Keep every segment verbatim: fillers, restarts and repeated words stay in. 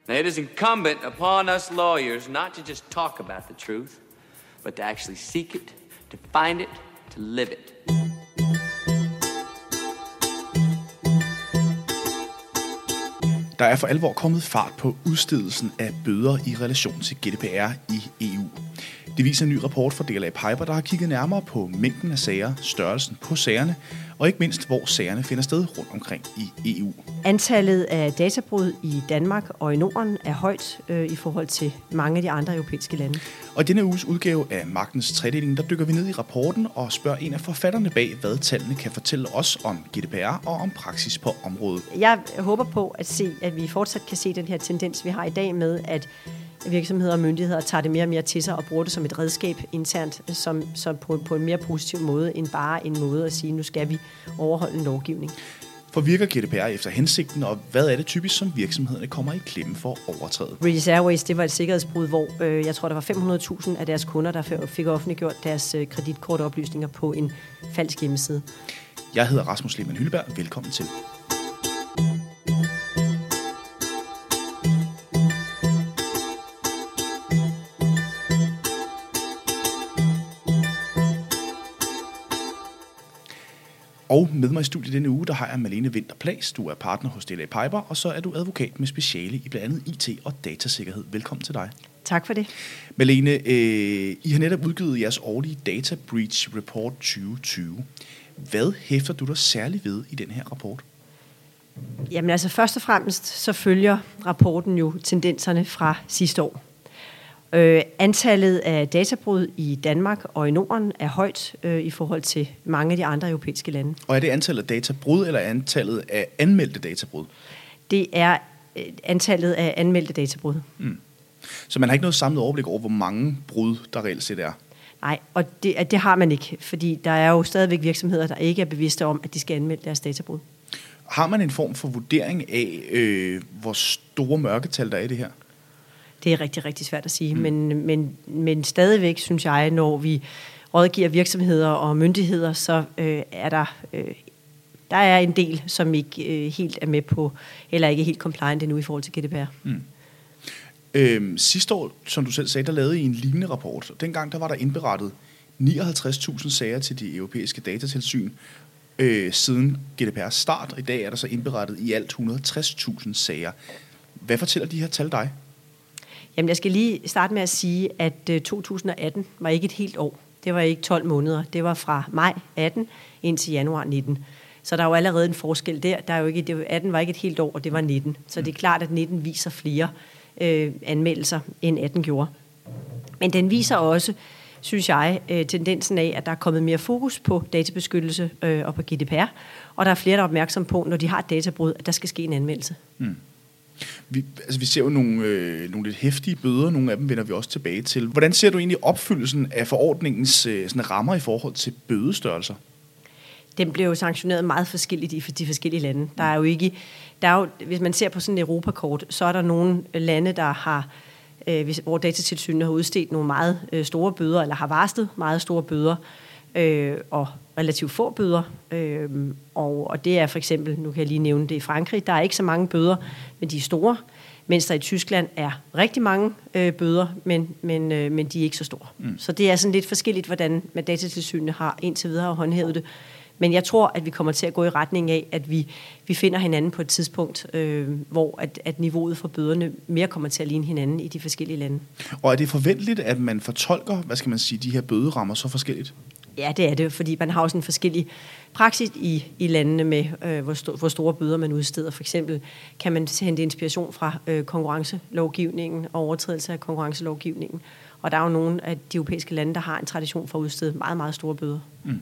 Now, it is incumbent upon us lawyers not to just talk about the truth, but to actually seek it, to find it, to live it. Der er for alvor kommet fart på udstedelsen af bøder i relation til G D P R i E U. Det viser en ny rapport fra D L A Piper, der har kigget nærmere på mængden af sager, størrelsen på sagerne, og ikke mindst, hvor sagerne finder sted rundt omkring i E U. Antallet af databrud i Danmark og i Norden er højt øh, i forhold til mange af de andre europæiske lande. Og i denne uges udgave af Magtens Tredeling, der dykker vi ned i rapporten og spørger en af forfatterne bag, hvad tallene kan fortælle os om G D P R og om praksis på området. Jeg håber på at se, at vi fortsat kan se den her tendens, vi har i dag med, at virksomheder og myndigheder tager det mere og mere til sig og bruger det som et redskab internt, som, som på, på en mere positiv måde, end bare en måde at sige, nu skal vi overholde en lovgivning. For virker G D P R efter hensigten, og hvad er det typisk, som virksomhederne kommer i klemme for at overtræde? British Airways, det var et sikkerhedsbrud, hvor øh, jeg tror, der var fem hundrede tusind af deres kunder, der fik offentliggjort deres øh, kreditkortoplysninger på en falsk hjemmeside. Jeg hedder Rasmus Lehmann Hylleberg. Velkommen til. Og med mig i studiet denne uge, der har jeg Malene Winther Plads. Du er partner hos D L A Piper, og så er du advokat med speciale i blandt andet I T og datasikkerhed. Velkommen til dig. Tak for det. Malene, øh, I har netop udgivet jeres årlige Data Breach Report tyve tyve. Hvad hæfter du dig særligt ved i den her rapport? Jamen altså først og fremmest så følger rapporten jo tendenserne fra sidste år. Øh, antallet af databrud i Danmark og i Norden er højt øh, i forhold til mange af de andre europæiske lande. Og er det antallet af databrud eller antallet af anmeldte databrud? Det er øh, antallet af anmeldte databrud. Mm. Så man har ikke noget samlet overblik over, hvor mange brud der reelt set er? Nej, og det, det har man ikke, fordi der er jo stadigvæk virksomheder, der ikke er bevidste om, at de skal anmelde deres databrud. Har man en form for vurdering af, øh, hvor store mørketal der er i det her? Det er rigtig, rigtig svært at sige, mm. men, men, men stadigvæk synes jeg, når vi rådgiver virksomheder og myndigheder, så øh, er der, øh, der er en del, som ikke øh, helt er med på, eller ikke er helt compliant endnu i forhold til G D P R. Mm. Øhm, sidste år, som du selv sagde, der lavede I en lignende rapport. Dengang der var der indberettet nioghalvtreds tusind sager til de europæiske datatilsyn øh, siden G D P R's start, og i dag er der så indberettet i alt et hundrede og tres tusind sager. Hvad fortæller de her tal dig? Jamen, jeg skal lige starte med at sige, at to tusind og atten var ikke et helt år. Det var ikke tolv måneder. Det var fra maj atten indtil januar nitten. Så der er jo allerede en forskel der. Der er jo ikke, det var, atten var ikke et helt år, og det var nitten. Så det er klart, at nitten viser flere øh, anmeldelser, end atten gjorde. Men den viser også, synes jeg, øh, tendensen af, at der er kommet mere fokus på databeskyttelse øh, og på G D P R. Og der er flere, der er opmærksom på, når de har et databrud, at der skal ske en anmeldelse. Mm. Vi, altså vi ser jo nogle, øh, nogle lidt heftige bøder, nogle af dem vender vi også tilbage til. Hvordan ser du egentlig opfyldelsen af forordningens øh, sådan rammer i forhold til bødestørrelser? Den bliver jo sanktioneret meget forskelligt i de forskellige lande. Der er jo ikke, der er jo, hvis man ser på sådan et Europakort, så er der nogle lande, der har, øh, hvor Datatilsynet har udstedt nogle meget øh, store bøder, eller har varslet meget store bøder, øh, og relativt få bøder. Øh, og, og det er for eksempel, nu kan jeg lige nævne det i Frankrig, der er ikke så mange bøder, men de er store, mens der i Tyskland er rigtig mange øh, bøder, men, men, øh, men de er ikke så store. Mm. Så det er sådan lidt forskelligt, hvordan med Datatilsynet har indtil videre håndhævet det. Men jeg tror, at vi kommer til at gå i retning af, at vi, vi finder hinanden på et tidspunkt, øh, hvor at, at niveauet for bøderne mere kommer til at ligne hinanden i de forskellige lande. Og er det forventeligt, at man fortolker, hvad skal man sige, de her bøderammer så forskelligt? Ja, det er det, fordi man har også en forskellig praksis i, i landene med, øh, hvor, sto- hvor store bøder man udsteder. For eksempel kan man hente inspiration fra øh, konkurrencelovgivningen og overtrædelse af konkurrencelovgivningen. Og der er jo nogle af de europæiske lande, der har en tradition for at udstede meget, meget store bøder. Mm.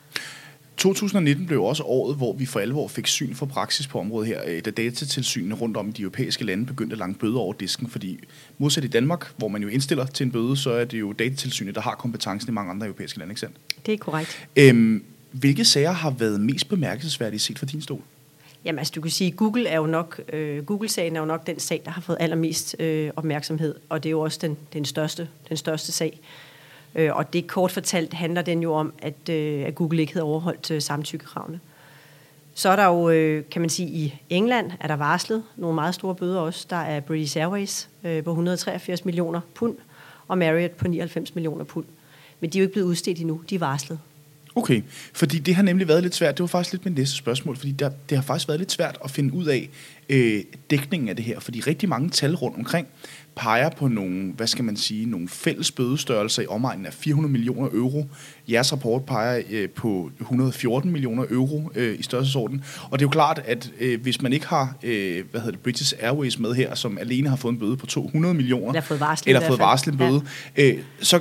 to tusind og nitten blev også året, hvor vi for alvor fik syn for praksis på området her, da datatilsynene rundt om i de europæiske lande begyndte at lange bøder over disken, fordi modsat i Danmark, hvor man jo indstiller til en bøde, så er det jo datatilsynet, der har kompetencen i mange andre europæiske lande, ikke sandt? Det er korrekt. Øhm, hvilke sager har været mest bemærkelsesværdige set fra din stol? Jamen altså, du kan sige, Google er jo nok, øh, Google-sagen er jo nok den sag, der har fået allermest øh, opmærksomhed, og det er jo også den, den, største, den største sag. Øh, og det kort fortalt handler den jo om, at, øh, at Google ikke havde overholdt øh, samtykkekravene. Så er der jo, øh, kan man sige, i England er der varslet nogle meget store bøder også. Der er British Airways øh, på et hundrede og treogfirs millioner pund, og Marriott på nioghalvfems millioner pund. Men de er jo ikke blevet udstedt endnu, de er varslet. Okay, fordi det har nemlig været lidt svært. Det var faktisk lidt mit næste spørgsmål, fordi der, det har faktisk været lidt svært at finde ud af øh, dækningen af det her, fordi rigtig mange tal rundt omkring peger på nogle, hvad skal man sige, nogle fælles bødestørrelser i omegnen af fire hundrede millioner euro. Jeres rapport peger øh, på et hundrede og fjorten millioner euro øh, i størrelsesorden. Og det er jo klart, at øh, hvis man ikke har, øh, hvad hedder det, British Airways med her, som alene har fået en bøde på to hundrede millioner, eller fået varslet, eller fået varslet en bøde, ja. øh, så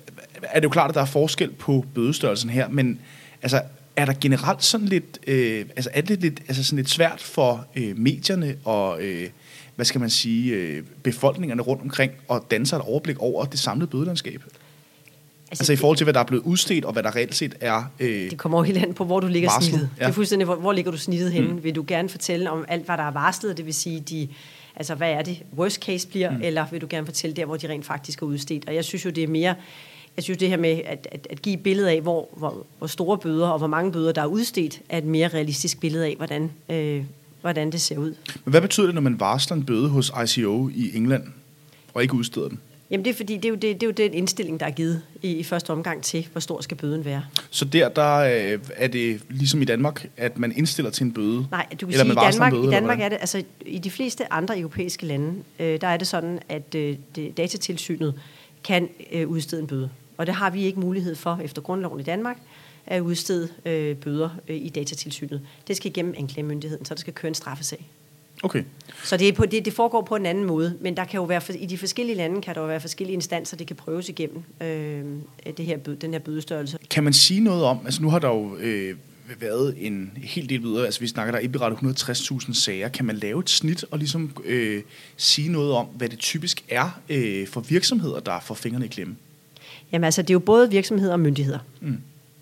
er det jo klart, at der er forskel på bødestørrelsen her, men altså, er der generelt sådan lidt, øh, altså er det lidt, altså sådan lidt svært for øh, medierne og, øh, hvad skal man sige, øh, befolkningerne rundt omkring at danne sig et overblik over det samlede bødelandskab? Altså, altså i forhold til, hvad der er blevet udstedt, og hvad der reelt set er øh, det kommer jo helt an på, hvor du ligger varslet. Snittet. Ja. Det er fuldstændig, hvor, hvor ligger du snittet henne? Mm. Vil du gerne fortælle om alt, hvad der er varslet, det vil sige, de, altså hvad er det, worst case bliver, mm. eller vil du gerne fortælle der, hvor de rent faktisk er udstedt? Og jeg synes jo, det er mere, jeg synes det her med at, at, at give et billede af, hvor, hvor, hvor store bøder og hvor mange bøder, der er udstedt, er et mere realistisk billede af, hvordan, øh, hvordan det ser ud. Men hvad betyder det, når man varsler en bøde hos I C O i England, og ikke udsteder den? Jamen det er fordi, det er jo, det, det er jo den indstilling, der er givet i, i første omgang til, hvor stor skal bøden være. Så der, der øh, er det ligesom i Danmark, at man indstiller til en bøde? Nej, du kan sige, i Danmark, bøde, i Danmark er det, altså i de fleste andre europæiske lande, øh, der er det sådan, at øh, det, datatilsynet kan øh, udstede en bøde. Og det har vi ikke mulighed for efter grundloven i Danmark, at udstede øh, bøder øh, i datatilsynet. Det skal igennem anklagemyndigheden, så der skal køre en straffesag. Okay. Så det, er på, det, det foregår på en anden måde, men der kan jo være, i de forskellige lande kan der jo være forskellige instanser, det kan prøves igennem øh, det her, den her bødestørrelse. Kan man sige noget om, altså nu har der jo øh, været en hel del videre, altså vi snakker der er indberettet et hundrede og tres tusind sager, kan man lave et snit og ligesom øh, sige noget om, hvad det typisk er øh, for virksomheder, der får fingrene i klemme? Jamen altså, det er jo både virksomheder og myndigheder. Mm.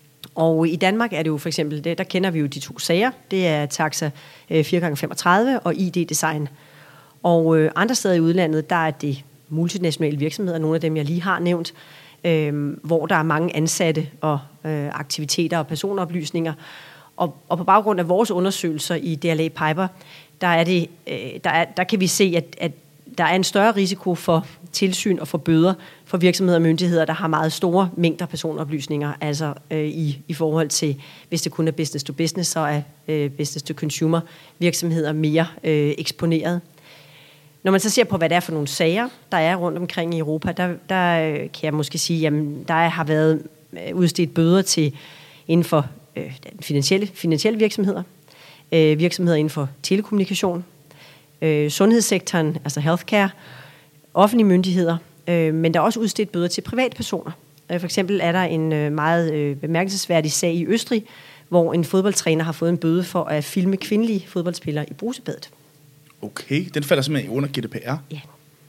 Og i Danmark er det jo for eksempel, det, der kender vi jo de to sager. Det er Taxa fire gange femogtredive og I D Design. Og øh, andre steder i udlandet, der er det multinationale virksomheder, nogle af dem jeg lige har nævnt, øh, hvor der er mange ansatte og øh, aktiviteter og personoplysninger. Og, og på baggrund af vores undersøgelser i D L A Piper, der, er det, øh, der, er, der kan vi se, at, at der er en større risiko for tilsyn og for bøder for virksomheder og myndigheder, der har meget store mængder personoplysninger, altså øh, i, i forhold til, hvis det kun er business to business, så er øh, business to consumer virksomheder mere øh, eksponeret. Når man så ser på, hvad det er for nogle sager, der er rundt omkring i Europa, der, der kan jeg måske sige, jamen der har været udstedt bøder til inden for øh, finansielle, finansielle virksomheder, øh, virksomheder inden for telekommunikation, øh, sundhedssektoren, altså healthcare, offentlige myndigheder, øh, men der er også udstedt bøder til privatpersoner. Øh, for eksempel er der en øh, meget øh, bemærkelsesværdig sag i Østrig, hvor en fodboldtræner har fået en bøde for at filme kvindelige fodboldspillere i brusebadet. Okay, den falder simpelthen under G D P R? Ja.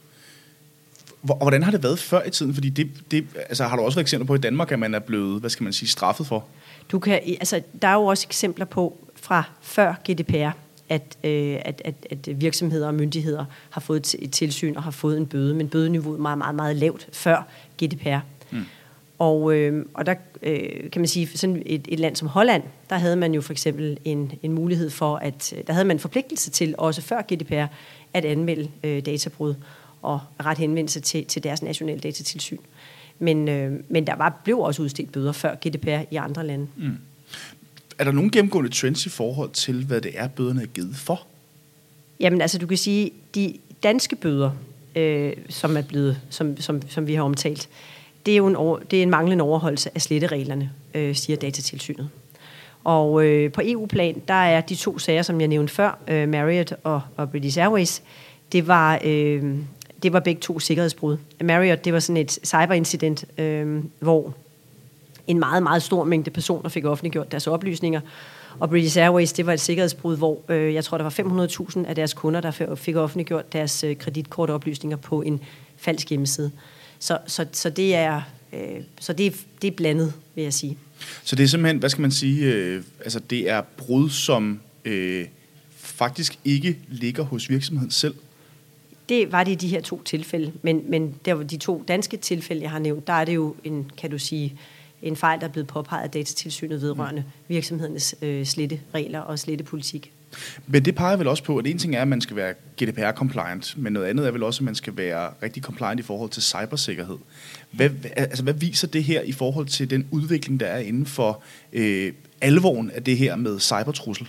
Og hvordan har det været før i tiden? Fordi det, det, altså, har du også været eksempler på i Danmark, at man er blevet, hvad skal man sige, straffet for? Du kan, altså, der er jo også eksempler på fra før G D P R, at, øh, at, at, at virksomheder og myndigheder har fået et tilsyn og har fået en bøde, men bødeniveauet er meget, meget, meget lavt før G D P R. Mm. Og, øh, og der øh, kan man sige, sådan et, et land som Holland, der havde man jo for eksempel en, en mulighed for, at der havde man en forpligtelse til, også før G D P R, at anmelde øh, databrud og ret henvendelse til, til deres nationale datatilsyn. Men, øh, men der var, blev også udstedt bøder før G D P R i andre lande. Mm. Er der nogen gennemgående trends i forhold til, hvad det er, bøderne er givet for? Jamen altså, du kan sige, de danske bøder, øh, som er blevet, som, som, som vi har omtalt, det er jo en, over, det er en manglende overholdelse af slettereglerne, øh, siger Datatilsynet. Og øh, på E U-plan, der er de to sager, som jeg nævnte før, øh, Marriott og, og British Airways, det var, øh, det var begge to sikkerhedsbrud. Marriott, det var sådan et cyberincident, øh, hvor en meget, meget stor mængde personer fik offentliggjort deres oplysninger. Og British Airways, det var et sikkerhedsbrud, hvor øh, jeg tror, der var fem hundrede tusind af deres kunder, der fik offentliggjort deres øh, kreditkortoplysninger på en falsk hjemmeside. Så, så, så det er, øh, så det er, det er blandet, vil jeg sige. Så det er simpelthen, hvad skal man sige, øh, altså det er brud, som øh, faktisk ikke ligger hos virksomheden selv? Det var det i de her to tilfælde, men, men der var de to danske tilfælde, jeg har nævnt, der er det jo en, kan du sige, en fejl, der er blevet påpeget af Datatilsynet vedrørende virksomhedernes øh, sletteregler og slettepolitik. Men det peger vel også på, at en ting er, at man skal være G D P R-compliant, men noget andet er vel også, at man skal være rigtig compliant i forhold til cybersikkerhed. Hvad, altså, hvad viser det her i forhold til den udvikling, der er inden for øh, alvoren af det her med cybertrussel?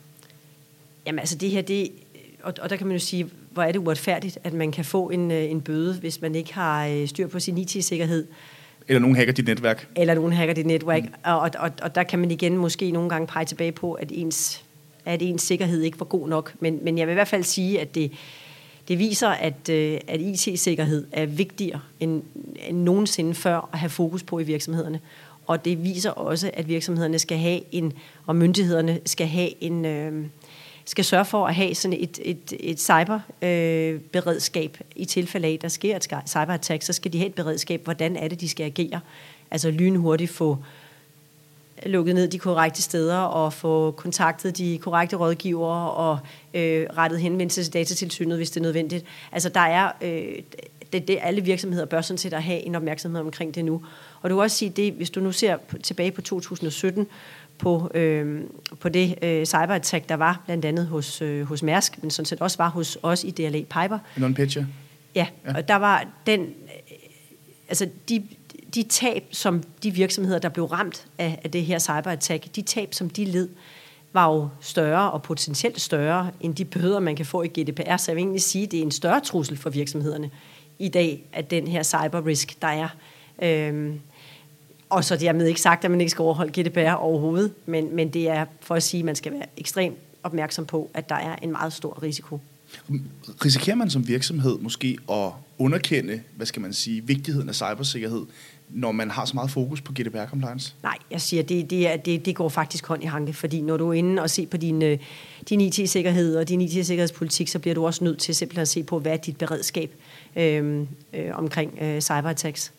Jamen altså det her, det, og, og der kan man jo sige, hvor er det uretfærdigt, at man kan få en, en bøde, hvis man ikke har styr på sin I T-sikkerhed. Eller nogen hacker dit netværk. Eller nogen hacker dit netværk. Mm. Og, og, og der kan man igen måske nogle gange pege tilbage på, at ens, at ens sikkerhed ikke var god nok. Men, men jeg vil i hvert fald sige, at det, det viser, at, at I T-sikkerhed er vigtigere end, end nogensinde før at have fokus på i virksomhederne. Og det viser også, at virksomhederne skal have en, og myndighederne skal have en... Øh, skal sørge for at have sådan et, et, et cyberberedskab øh, i tilfælde af, der sker et cyberattack, så skal de have et beredskab, hvordan er det, de skal agere. Altså lynhurtigt få lukket ned de korrekte steder og få kontaktet de korrekte rådgivere og øh, rettet henvendelse til Datatilsynet, hvis det er nødvendigt. Altså der er, øh, det, det, alle virksomheder bør sådan set at have en opmærksomhed omkring det nu. Og du kan også sige, det, hvis du nu ser tilbage på to tusind og sytten, på, øh, på det øh, cyberattack, der var blandt andet hos, øh, hos Mærsk, men sådan set også var hos os i D L A Piper. Non-pitcher? Ja, ja, og der var den, øh, altså de, de tab, som de virksomheder, der blev ramt af, af det her cyberattack, de tab, som de led, var jo større og potentielt større end de bøder, man kan få i G D P R. Så jeg vil egentlig sige, at det er en større trussel for virksomhederne i dag, at den her cyberrisk, der er. Øh, Og så dermed ikke sagt, at man ikke skal overholde G D P R overhovedet, men, men det er for at sige, at man skal være ekstremt opmærksom på, at der er en meget stor risiko. Risikerer man som virksomhed måske at underkende, hvad skal man sige, vigtigheden af cybersikkerhed, når man har så meget fokus på G D P R-compliance? Nej, jeg siger, det, det, er, det, det går faktisk hånd i hanke, fordi når du er inde og ser på din, din I T-sikkerhed og din I T-sikkerhedspolitik, så bliver du også nødt til simpelthen at se på, hvad er dit beredskab øh, øh, omkring øh, cyberattacks.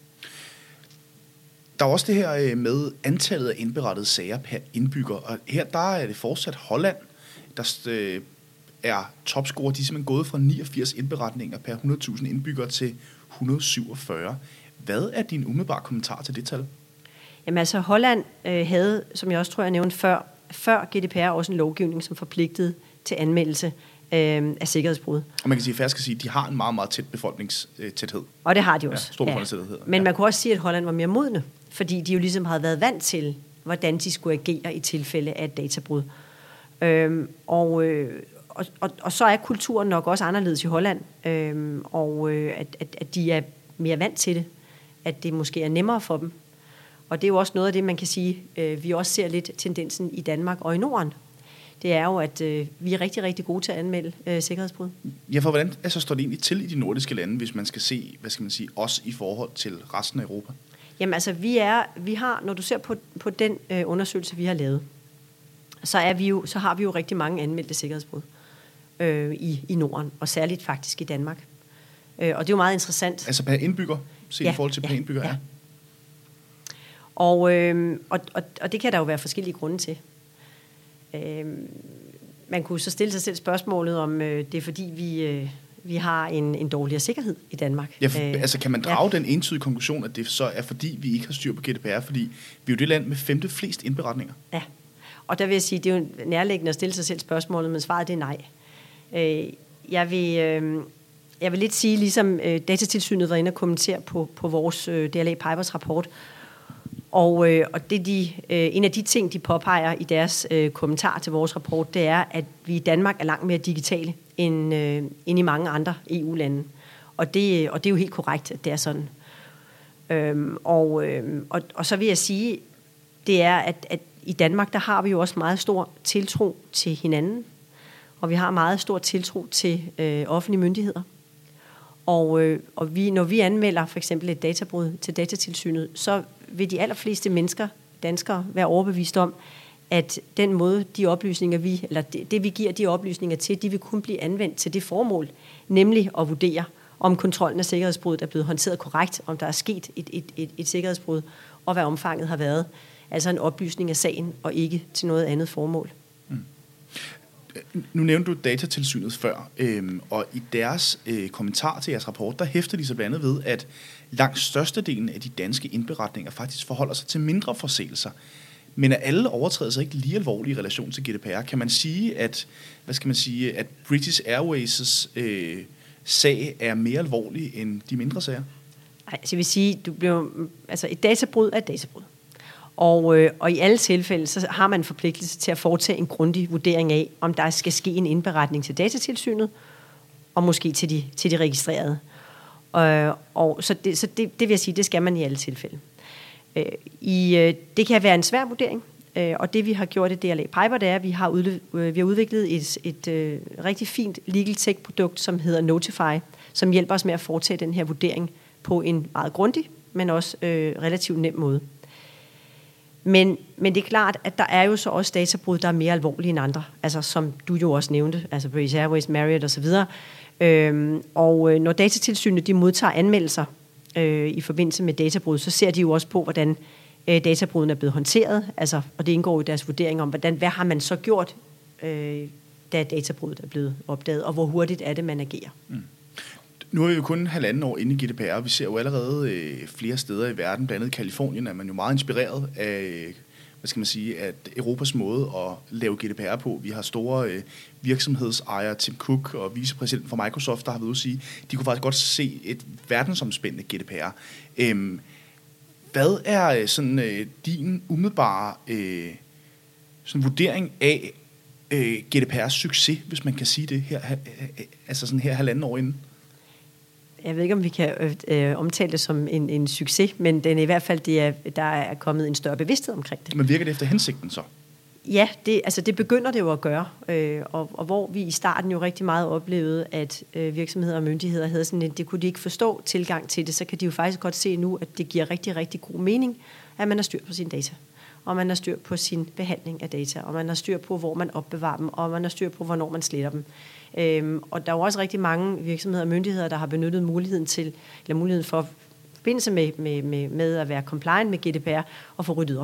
Der er også det her med antallet af indberettede sager per indbygger, og her der er det fortsat Holland, der er topscorer. De er simpelthen gået fra niogfirs indberetninger per hundrede tusind indbyggere til et hundrede og syvogfyrre. Hvad er din umiddelbare kommentar til det tal? Jamen altså, Holland øh, havde, som jeg også tror, jeg nævnte før, før G D P R også en lovgivning, som forpligtede til anmeldelse øh, af sikkerhedsbrud. Og man kan sige, at jeg skal sige, at de har en meget, meget tæt befolkningstæthed. Og det har de også. Ja, stor befolkningstæthed. Ja. Men man kunne også sige, at Holland var mere modne, fordi de jo ligesom havde været vant til, hvordan de skulle agere i tilfælde af et databrud. Øhm, og, øh, og, og, og så er kulturen nok også anderledes i Holland, øhm, og øh, at, at, at de er mere vant til det, at det måske er nemmere for dem. Og det er jo også noget af det, man kan sige, øh, vi også ser lidt tendensen i Danmark og i Norden. Det er jo, at øh, vi er rigtig, rigtig gode til at anmelde øh, sikkerhedsbrud. Ja, for hvordan altså, står det egentlig til i de nordiske lande, hvis man skal se, hvad skal man sige, os i forhold til resten af Europa? Jamen altså, vi er, vi har, når du ser på, på den øh, undersøgelse, vi har lavet, så, er vi jo, så har vi jo rigtig mange anmeldte sikkerhedsbrud øh, i, i Norden, og særligt faktisk i Danmark. Øh, og det er jo meget interessant. Altså per indbygger, set ja, i forhold til per ja, indbygger, ja. ja. Og, øh, og, og, og det kan der jo være forskellige grunde til. Øh, man kunne så stille sig selv spørgsmålet, om øh, det er fordi, vi... Øh, vi har en, en dårligere sikkerhed i Danmark. Ja, for, øh, altså kan man drage ja. den entydige konklusion, at det så er fordi, vi ikke har styr på G D P R, fordi vi er jo det land med femte flest indberetninger? Ja, og der vil jeg sige, det er jo nærliggende at stille sig selv spørgsmålet, men svaret det er nej. Øh, jeg, vil, øh, jeg vil lidt sige, ligesom øh, Datatilsynet var inde og kommentere på, på vores øh, D L A Pipers rapport, og, øh, og det de, øh, en af de ting, de påpeger i deres øh, kommentar til vores rapport, det er, at vi i Danmark er langt mere digitale end, øh, end i mange andre E U-lande. Og det, og det er jo helt korrekt, at det er sådan. Øhm, og, øh, og, og så vil jeg sige, det er, at, at i Danmark, der har vi jo også meget stor tiltro til hinanden, og vi har meget stor tiltro til øh, offentlige myndigheder. Og, øh, og vi, når vi anmelder for eksempel et databrud til Datatilsynet, så vil de allerfleste mennesker, danskere, være overbevist om, at den måde, de oplysninger, vi, eller det, det vi giver de oplysninger til, de vil kun blive anvendt til det formål, nemlig at vurdere, om kontrollen af sikkerhedsbruddet er blevet håndteret korrekt, om der er sket et, et, et, et sikkerhedsbrud, og hvad omfanget har været. Altså en oplysning af sagen, og ikke til noget andet formål. Mm. Nu nævnte du Datatilsynet før, øhm, og i deres øh, kommentar til jeres rapport, der hæfter de sig blandt andet ved, at langt størstedelen af de danske indberetninger faktisk forholder sig til mindre forseelser. Men er alle overtrædelser ikke lige alvorlige i relation til G D P R? Kan man sige, at, hvad skal man sige, at British Airways' øh, sag er mere alvorlig end de mindre sager? Nej, så jeg vil sige, du bliver, altså et databrud er et databrud. Og, øh, og i alle tilfælde, så har man en forpligtelse til at foretage en grundig vurdering af, om der skal ske en indberetning til Datatilsynet, og måske til de, til de registrerede. Øh, og så det, så det, det vil jeg sige, det skal man i alle tilfælde. Øh, i, øh, det kan være en svær vurdering, øh, og det vi har gjort i D L A Piper, det er, at vi har, udle- øh, vi har udviklet et, et øh, rigtig fint legal tech-produkt, som hedder Notify, som hjælper os med at foretage den her vurdering på en meget grundig, men også øh, relativt nem måde. Men, men det er klart, at der er jo så også databrud, der er mere alvorlige end andre, altså som du jo også nævnte, altså British Airways, Marriott osv. Øhm, og øh, når Datatilsynet de modtager anmeldelser øh, i forbindelse med databrud, så ser de jo også på, hvordan øh, databruden er blevet håndteret, altså, og det indgår i deres vurdering om, hvordan, hvad har man så gjort, øh, da databruddet er blevet opdaget, og hvor hurtigt er det, man agerer. Mm. Nu er vi jo kun halvanden år inde i G D P R, og vi ser jo allerede øh, flere steder i verden, blandt andet i Kalifornien, er man jo meget inspireret af, hvad skal man sige, at Europas måde at lave G D P R på. Vi har store øh, virksomhedsejere, Tim Cook og vicepræsidenten for Microsoft, der har været ude at sige, de kunne faktisk godt se et verdensomspændende G D P R. Øhm, hvad er sådan øh, din umiddelbare øh, sådan vurdering af øh, G D P R's succes, hvis man kan sige det her, øh, altså sådan her halvanden år inden? Jeg ved ikke, om vi kan øh, omtale det som en, en succes, men den er i hvert fald, det er, der er kommet en større bevidsthed omkring det. Men virker det efter hensigten så? Ja, det, altså det begynder det jo at gøre, øh, og, og hvor vi i starten jo rigtig meget oplevede, at øh, virksomheder og myndigheder havde sådan en, det kunne de ikke forstå tilgang til det, så kan de jo faktisk godt se nu, at det giver rigtig, rigtig god mening, at man har styr på sine data, og man har styr på sin behandling af data, og man har styr på, hvor man opbevarer dem, og man har styr på, hvornår man sletter dem. Øhm, og der er jo også rigtig mange virksomheder og myndigheder, der har benyttet muligheden til, eller muligheden for forbindelse med, med, med, med at være compliant med G D P R og få ryddet op.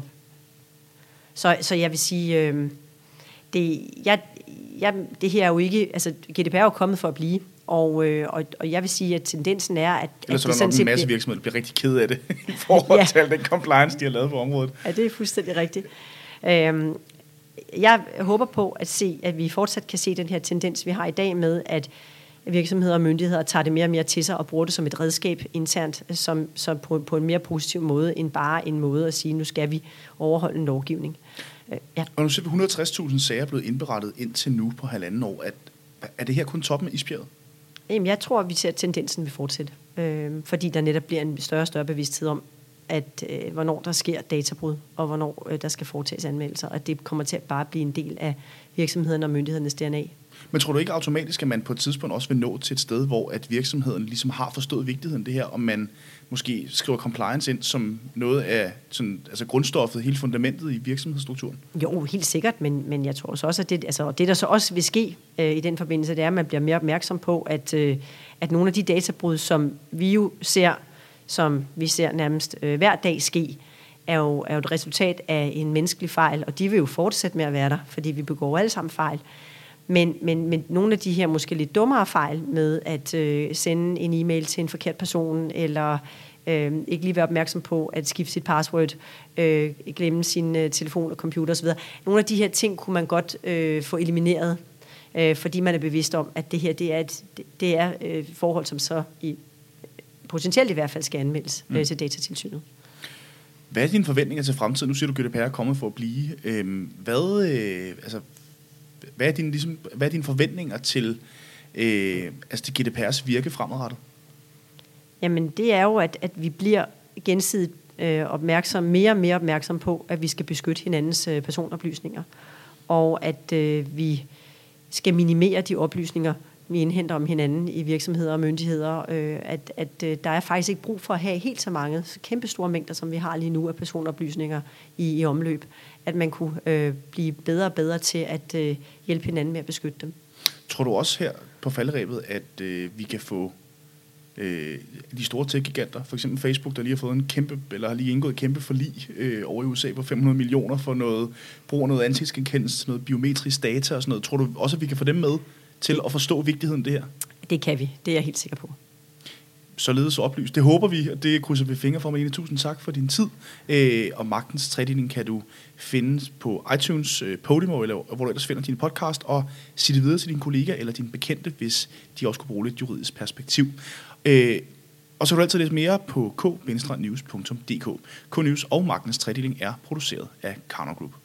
Så, så jeg vil sige, øh, det, jeg, jeg, det her er jo ikke, altså G D P R er jo kommet for at blive, og, øh, og, og jeg vil sige, at tendensen er, at... Ellers at så er der nok en masse virksomheder, der bliver rigtig ked af det i forhold ja. til den compliance, de har lavet på området. Ja, det er fuldstændig rigtigt. Øhm, Jeg håber på at se, at vi fortsat kan se den her tendens, vi har i dag med, at virksomheder og myndigheder tager det mere og mere til sig og bruger det som et redskab internt, som, som på, på en mere positiv måde, end bare en måde at sige, nu skal vi overholde en lovgivning. Ja. Og nu ser vi et hundrede og tres tusind sager blevet indberettet indtil nu på halvanden år. At, er det her kun toppen af isbjerget? Jamen, jeg tror, at vi ser, at tendensen vil fortsætte, øh, fordi der netop bliver en større og større bevidsthed om, at øh, hvornår der sker databrud, og hvornår øh, der skal foretages anmeldelser, og det kommer til at bare blive en del af virksomheden og myndighedernes D N A. Men tror du ikke automatisk, at man på et tidspunkt også vil nå til et sted, hvor at virksomheden ligesom har forstået vigtigheden af det her, og man måske skriver compliance ind som noget af sådan, altså grundstoffet, hele fundamentet i virksomhedsstrukturen? Jo, helt sikkert, men, men jeg tror så også, at det, altså, det der så også vil ske øh, i den forbindelse, det er, at man bliver mere opmærksom på, at, øh, at nogle af de databrud, som vi jo ser, som vi ser nærmest øh, hver dag ske, er jo, er jo et resultat af en menneskelig fejl, og de vil jo fortsætte med at være der, fordi vi begår alle sammen fejl. Men, men, men nogle af de her måske lidt dummere fejl med at øh, sende en e-mail til en forkert person, eller øh, ikke lige være opmærksom på at skifte sit password, øh, glemme sin øh, telefon og computer osv. Nogle af de her ting kunne man godt øh, få elimineret, øh, fordi man er bevidst om, at det her det er et det, det er, øh, forhold, som så i, potentielt i hvert fald skal anmeldes øh, til Datatilsynet. Hvad er dine forventninger til fremtiden? Nu siger du, at G D P R er kommet for at blive. Øh, hvad, øh, altså, hvad, er dine, ligesom, hvad er dine forventninger til, øh, altså til G D P R's virke fremadrettet? Jamen, det er jo, at, at vi bliver gensidigt øh, opmærksom, mere og mere opmærksom på, at vi skal beskytte hinandens øh, personoplysninger, og at øh, vi skal minimere de oplysninger, vi indhenter om hinanden i virksomheder og myndigheder, øh, at, at øh, der er faktisk ikke brug for at have helt så mange kæmpe store mængder, som vi har lige nu af personoplysninger i, i omløb, at man kunne øh, blive bedre og bedre til at øh, hjælpe hinanden med at beskytte dem. Tror du også her på falderebet, at øh, vi kan få øh, de store tech-giganter, for eksempel Facebook, der lige har fået en kæmpe, eller har lige indgået et kæmpe forlig øh, over i U S A på fem hundrede millioner for noget brug af noget ansigtsgenkendelse, noget biometrisk data og sådan noget. Tror du også, at vi kan få dem med til at forstå vigtigheden af det her? Det kan vi, det er jeg helt sikker på. Således oplyst. Det håber vi, og det krydser vi fingre for, Marlene. Tusind tak for din tid. Øh, og Magtens Tredeling kan du finde på iTunes, øh, Podimo, eller hvor du ellers finder din podcast, og sige det videre til din kollega eller din bekendte, hvis de også kunne bruge lidt juridisk perspektiv. Øh, og så kan du altid læse mere på k bindestreg news punktum d k. K-News og Magtens Tredeling er produceret af Karnov Group.